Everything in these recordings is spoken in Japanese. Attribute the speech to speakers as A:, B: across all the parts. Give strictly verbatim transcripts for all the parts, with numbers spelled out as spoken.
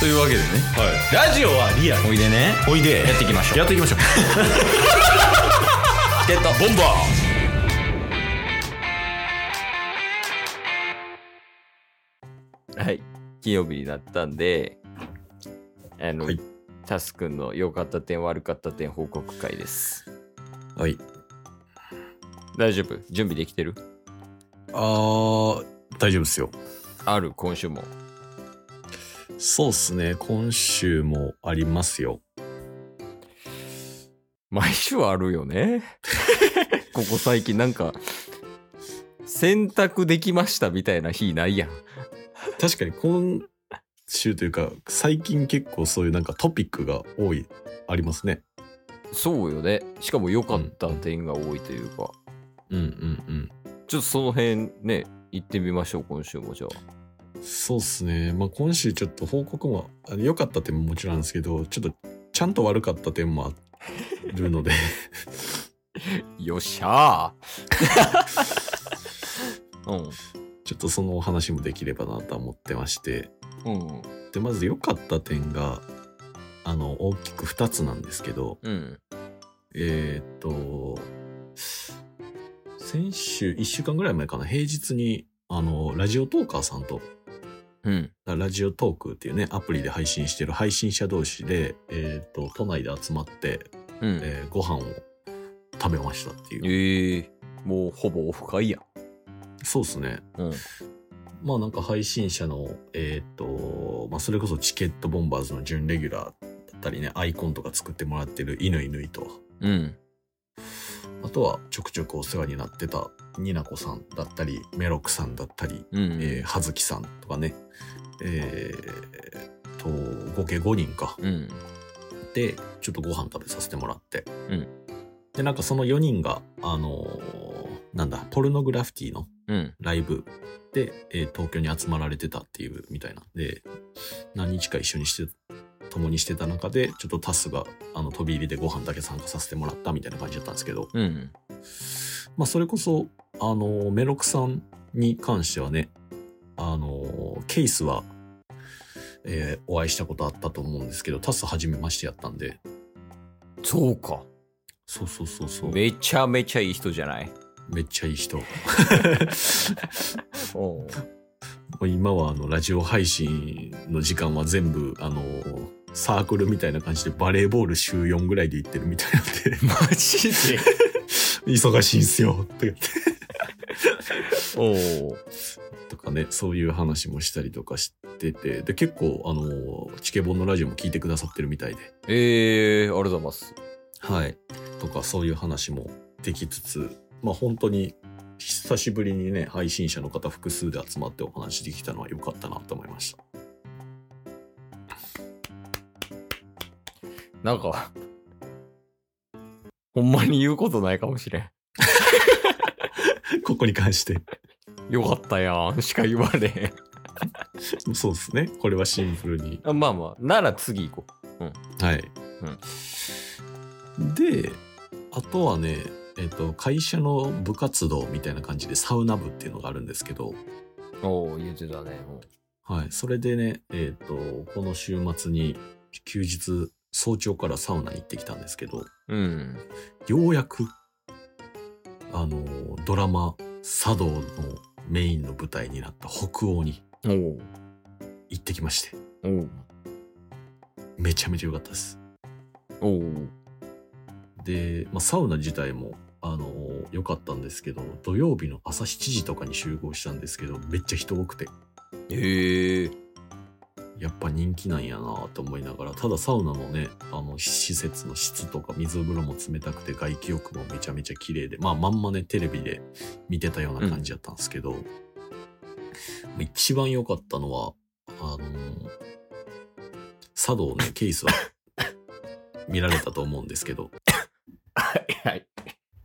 A: というわけでね、
B: はい、ラジオはリアル。
A: おいでね、
B: おいで
A: やっていきましょう。
B: やっていきましょう。
A: チケットボンバー。はい、金曜日になったんで、あの、はい、タスくんの良かった点悪かった点報告会です。
B: はい。
A: 大丈夫？準備できてる？
B: あー、大丈夫ですよ。
A: ある？今週も。
B: そうっすね、今週もありますよ。
A: 毎週あるよね。ここ最近なんか洗濯できましたみたいな日ないやん。
B: 確かに今週というか最近結構そういうなんかトピックが多いありますね。
A: そうよね。しかも良かった点が多いというか。
B: うんうんうん。
A: ちょっとその辺ね行ってみましょう。今週もじゃあ。
B: そうっすね。まあ今週ちょっと報告も良かった点ももちろんなんですけど、ちょっとちゃんと悪かった点もあるので。
A: よっしゃー。うん。
B: ちょっとその話もできればなと思ってまして。
A: うん。
B: でまず良かった点があの大きくふたつなんですけど、
A: うん、
B: えー、っと先週いっしゅうかんぐらい前かな、平日にあのラジオトーカーさんと、
A: うん、
B: ラジオトークっていうねアプリで配信してる配信者同士で、えー、っと都内で集まって、うんえー、ご飯を食べましたっていう。
A: えー、もうほぼオフ会や。
B: そうですね。うん。まあなんか配信者のえっとまあそれこそチケットボンバーズの準レギュラーだったりね、アイコンとか作ってもらってる犬犬と、うん。あとはちょくちょくお世話になってたになこさんだったりメロクさんだったり、うんうん、えー、はずきさんとかね、えー、と合計ごにんか、うん、でちょっとご飯食べさせてもらって、うん、でなんかそのよにんがあのー、なんだポルノグラフィティのライブで、うんえー、東京に集まられてたっていうみたいなんで、何日か一緒にして共にしてた中でちょっとタスがあの飛び入りでご飯だけ参加させてもらったみたいな感じだったんですけど、うん、まあそれこそあのメロクさんに関してはね、あのケースは、えー、お会いしたことあったと思うんですけど、タス初めましてやったんで。
A: そうか。
B: そうそうそうそう。
A: めちゃめちゃいい人じゃない？
B: めっちゃいい人。お今はあのラジオ配信の時間は全部あのサークルみたいな感じでバレーボール週よんぐらいで行ってるみたいなんで。
A: マジで
B: 忙しいんすよって言って
A: おお
B: とかね、そういう話もしたりとかしてて、で結構あのチケボンのラジオも聞いてくださってるみたいで、
A: えー、ありがとうございます。
B: はいとかそういう話もできつつ、まあ本当に久しぶりにね配信者の方複数で集まってお話できたのは良かったなと思いました。
A: なんかほんまに言うことないかもしれん。
B: ここに関して
A: よかったやんしか言われへ
B: ん。そうですね。これはシンプルに。
A: あまあまあなら次行こう。うん、はい。
B: うん、で、あとはね、えっと会社の部活動みたいな感じでサウナ部っていうのがあるんですけど。
A: おお言ってたね。
B: はい。それでね、えっとこの週末に休日早朝からサウナに行ってきたんですけど、うん、ようやくあのドラマ茶道のメインの舞台になった北欧に行ってきまして、おめちゃめちゃ良かったです。おで、まあ、サウナ自体もあの良かったんですけど、土曜日の朝しちじとかに集合したんですけど、めっちゃ人多くて、へえ。やっぱ人気なんやなと思いながら、ただサウナのね、あの施設の質とか水風呂も冷たくて外気浴もめちゃめちゃ綺麗で、まあまんまねテレビで見てたような感じだったんですけど、うん、一番良かったのはあの茶道ね、ケースは見られたと思うんですけど、
A: はいはい。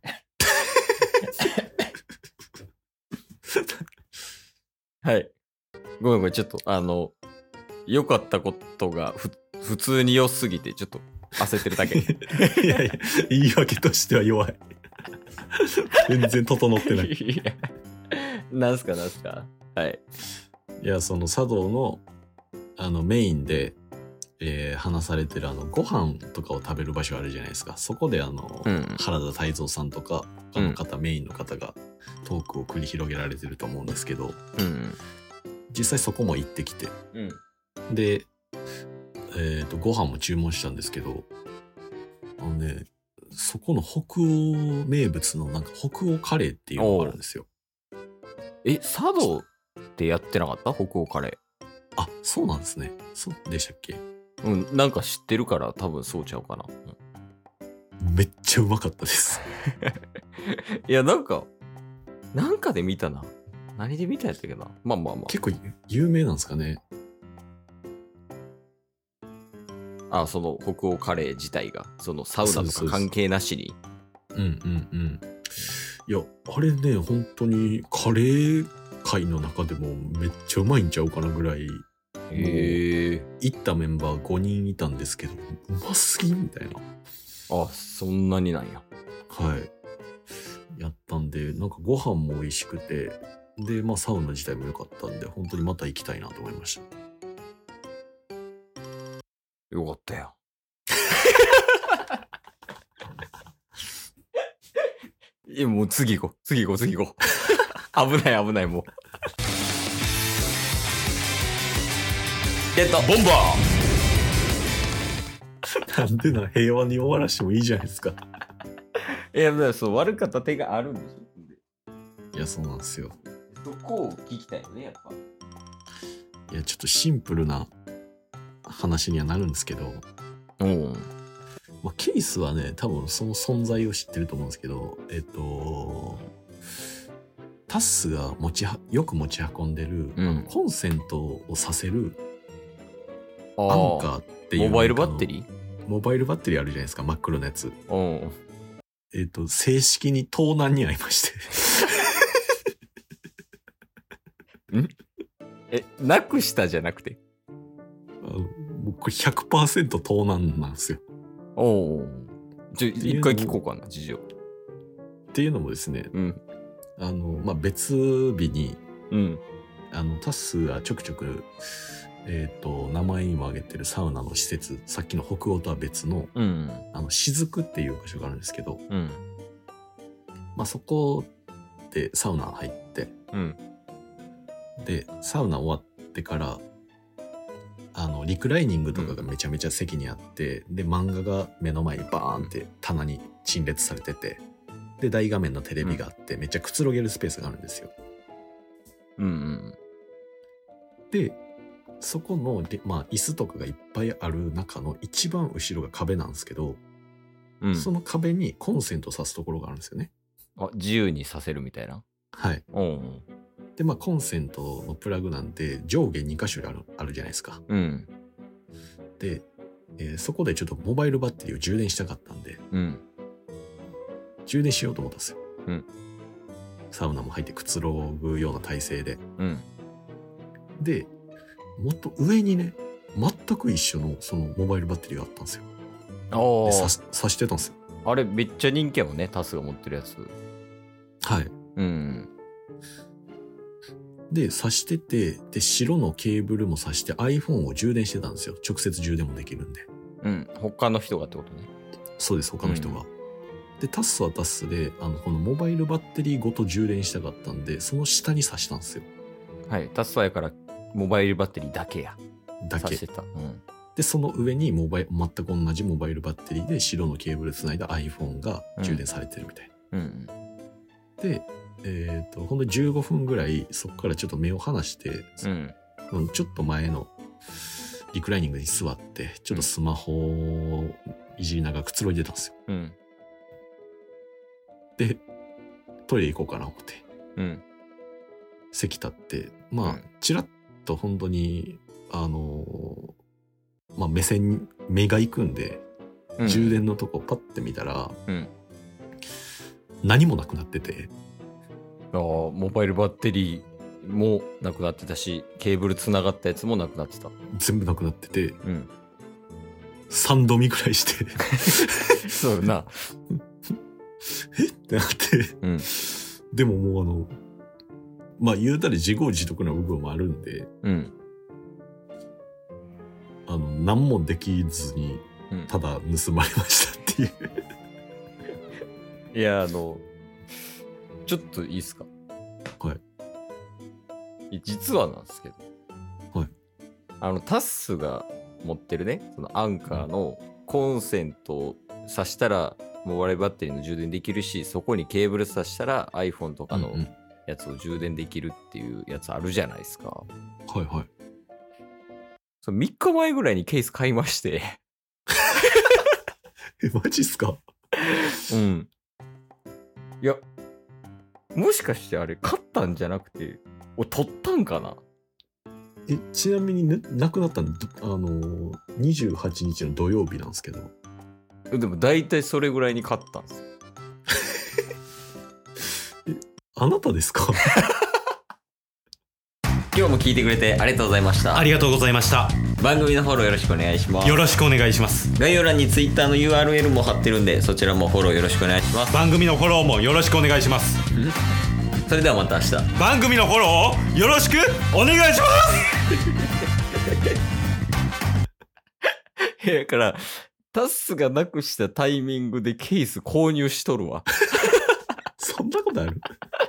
A: はい。ごめんごめん、ちょっとあの。良かったことがふ普通に良すぎてちょっと焦ってるだけ。
B: いやいや、言い訳としては弱い。全然整ってない。
A: いやなんすかなんすか。はい。
B: いや、その茶道のあのメインでえー、話されてるあのご飯とかを食べる場所あるじゃないですか。そこであの、うん、原田泰造さんとか他の方、うん、メインの方がトークを繰り広げられてると思うんですけど、うん、実際そこも行ってきて、うん、で、えーと、ご飯も注文したんですけど、あのね、そこの北欧名物のなんか北欧カレーっていうのがあるんですよ。
A: え、佐渡ってやってなかった？北欧カレー。
B: あ、そうなんですね。そうでしたっけ？
A: うん、なんか知ってるから多分そうちゃうかな。
B: うん、めっちゃうまかったです。
A: いや、なんか、なんかで見たな。何で見たんやったっけな。まあまあまあ。
B: 結構有名なんですかね。
A: あ、その北欧カレー自体が、そのサウナとか関係なしに。
B: うんうんうん。いや、あれね、本当にカレー界の中でもめっちゃうまいんちゃうかなぐらい。へえ。行ったメンバーごにんいたんですけど、うますぎみたいな。
A: あ、そんなになんや。
B: はい。やったんで、なんかご飯も美味しくて、で、まあサウナ自体も良かったんで、本当にまた行きたいなと思いました。
A: よかったよ。いや、もう次行こう。次行こう、次行こう。危ない危ないもう。ゲットボンバ
B: ーなんでな、平和に終わらしてもいいじゃないですか。
A: いや、だからそう、悪かった手があるんでし
B: ょ。いや、そうなんですよ。
A: そこを聞きたいよね、やっぱ。
B: いや、ちょっとシンプルな話にはなるんですけど、うん。まあ、ケースはね、多分その存在を知ってると思うんですけど、えっと、タッスが持ちは、よく持ち運んでる、うん、コンセントをさせるアンカーっていう
A: モバイルバッテリ
B: ーモバイルバッテリーあるじゃないですか、真っ黒なやつ。えっと、正式に盗難に遭いまして
A: んえ、なくしたじゃなくて
B: あのこれ ひゃくパーセント 盗難なんですよ。
A: おお。じゃあ一回聞こうかな、事情。
B: っていうのもですね、うん、あの、まあ、別日に、
A: うん、
B: あの、タスがちょくちょく、えっと、名前にも挙げてるサウナの施設、さっきの北欧とは別の、うん、あの、雫っていう場所があるんですけど、うん、まあ、そこでサウナ入って、うん、で、サウナ終わってから、あの、リクライニングとかがめちゃめちゃ席にあって、うん、で、漫画が目の前にバーンって棚に陳列されてて、で、大画面のテレビがあって、うん、めっちゃくつろげるスペースがあるんですよ。うんうん。で、そこの、まあ、椅子とかがいっぱいある中の一番後ろが壁なんですけど、うん、その壁にコンセント挿すところがあるんですよね。
A: あ、自由にさせるみたいな。
B: はい。うん。で、まあ、コンセントのプラグなんて上下に箇所ある、あるじゃないですか。うん。で、えー、そこでちょっとモバイルバッテリーを充電したかったんで、うん。充電しようと思ったんですよ。うん。サウナも入ってくつろぐような体勢で。うん。で、もっと上にね、全く一緒のそのモバイルバッテリーがあったんですよ。ああ。さ、さしてたんですよ。
A: あれめっちゃ人気やもんね、タスが持ってるやつ。
B: はい。うん。で、挿してて、で、白のケーブルも挿して iPhone を充電してたんですよ。直接充電もできるんで。
A: うん。他の人がってことね。
B: そうです、他の人が。うん、で、タスはタスで、あの、このモバイルバッテリーごと充電したかったんで、その下に挿したんですよ。
A: はい。タスはやから、モバイルバッテリーだけや。
B: だけ。
A: 挿してた。うん。
B: で、その上にモバイ全く同じモバイルバッテリーで白のケーブルつないだ iPhone が充電されてるみたいな。うん。うん、で、えっと、ほんとじゅうごふんぐらいそこからちょっと目を離して、うん、ちょっと前のリクライニングに座って、ちょっとスマホをいじりながらくつろいでたんですよ。うん、で、トイレ行こうかな思って。うん、席立って、まあ、ちらっと本当に、あのー、まあ目線、目が行くんで、うん、充電のとこパッて見たら、うん、何もなくなってて、
A: ああ、モバイルバッテリーもなくなってたし、ケーブルつながったやつもなくなってた。
B: 全部なくなってて、うん、さんどみぐらいして
A: そうな
B: えってなって、うん、でももうあのまあ言うたら自業自得な部分もあるんで、うん、あの何もできずにただ盗まれましたっていう、
A: うん、いやあのちょっといいっすか。
B: はい
A: 実はなんですけど、
B: はい
A: あのタッスが持ってるねそのアンカーのコンセントを挿したらモバイルバッテリーの充電できるし、そこにケーブル挿したら iPhone とかのやつを充電できるっていうやつあるじゃないですか。
B: はいはい。
A: そのみっかまえぐらいにケース買いまして
B: え、マジっすか？
A: うん。いや、もしかしてあれ買ったんじゃなくて、お取ったんかな？
B: え、ちなみに、ね、亡くなったの、あのー、にじゅうはちにちの土曜日なんですけど。
A: でも大体それぐらいに買ったんですよ。
B: え、あなたですか？
A: 今日も聞いてくれてありがとうございました。
C: ありがとうございました。
A: 番組のフォローよろしくお願いします。
C: よろしくお願いします。
A: 概要欄に Twitter の ユーアールエル も貼ってるんで、そちらもフォローよろしくお願いします。
C: 番組のフォローもよろしくお願いします。
A: それではまた明日。
C: 番組のフォローをよろしくお願いします
A: だからタッスがなくしたタイミングでケース購入しとるわ。
B: そんなことある？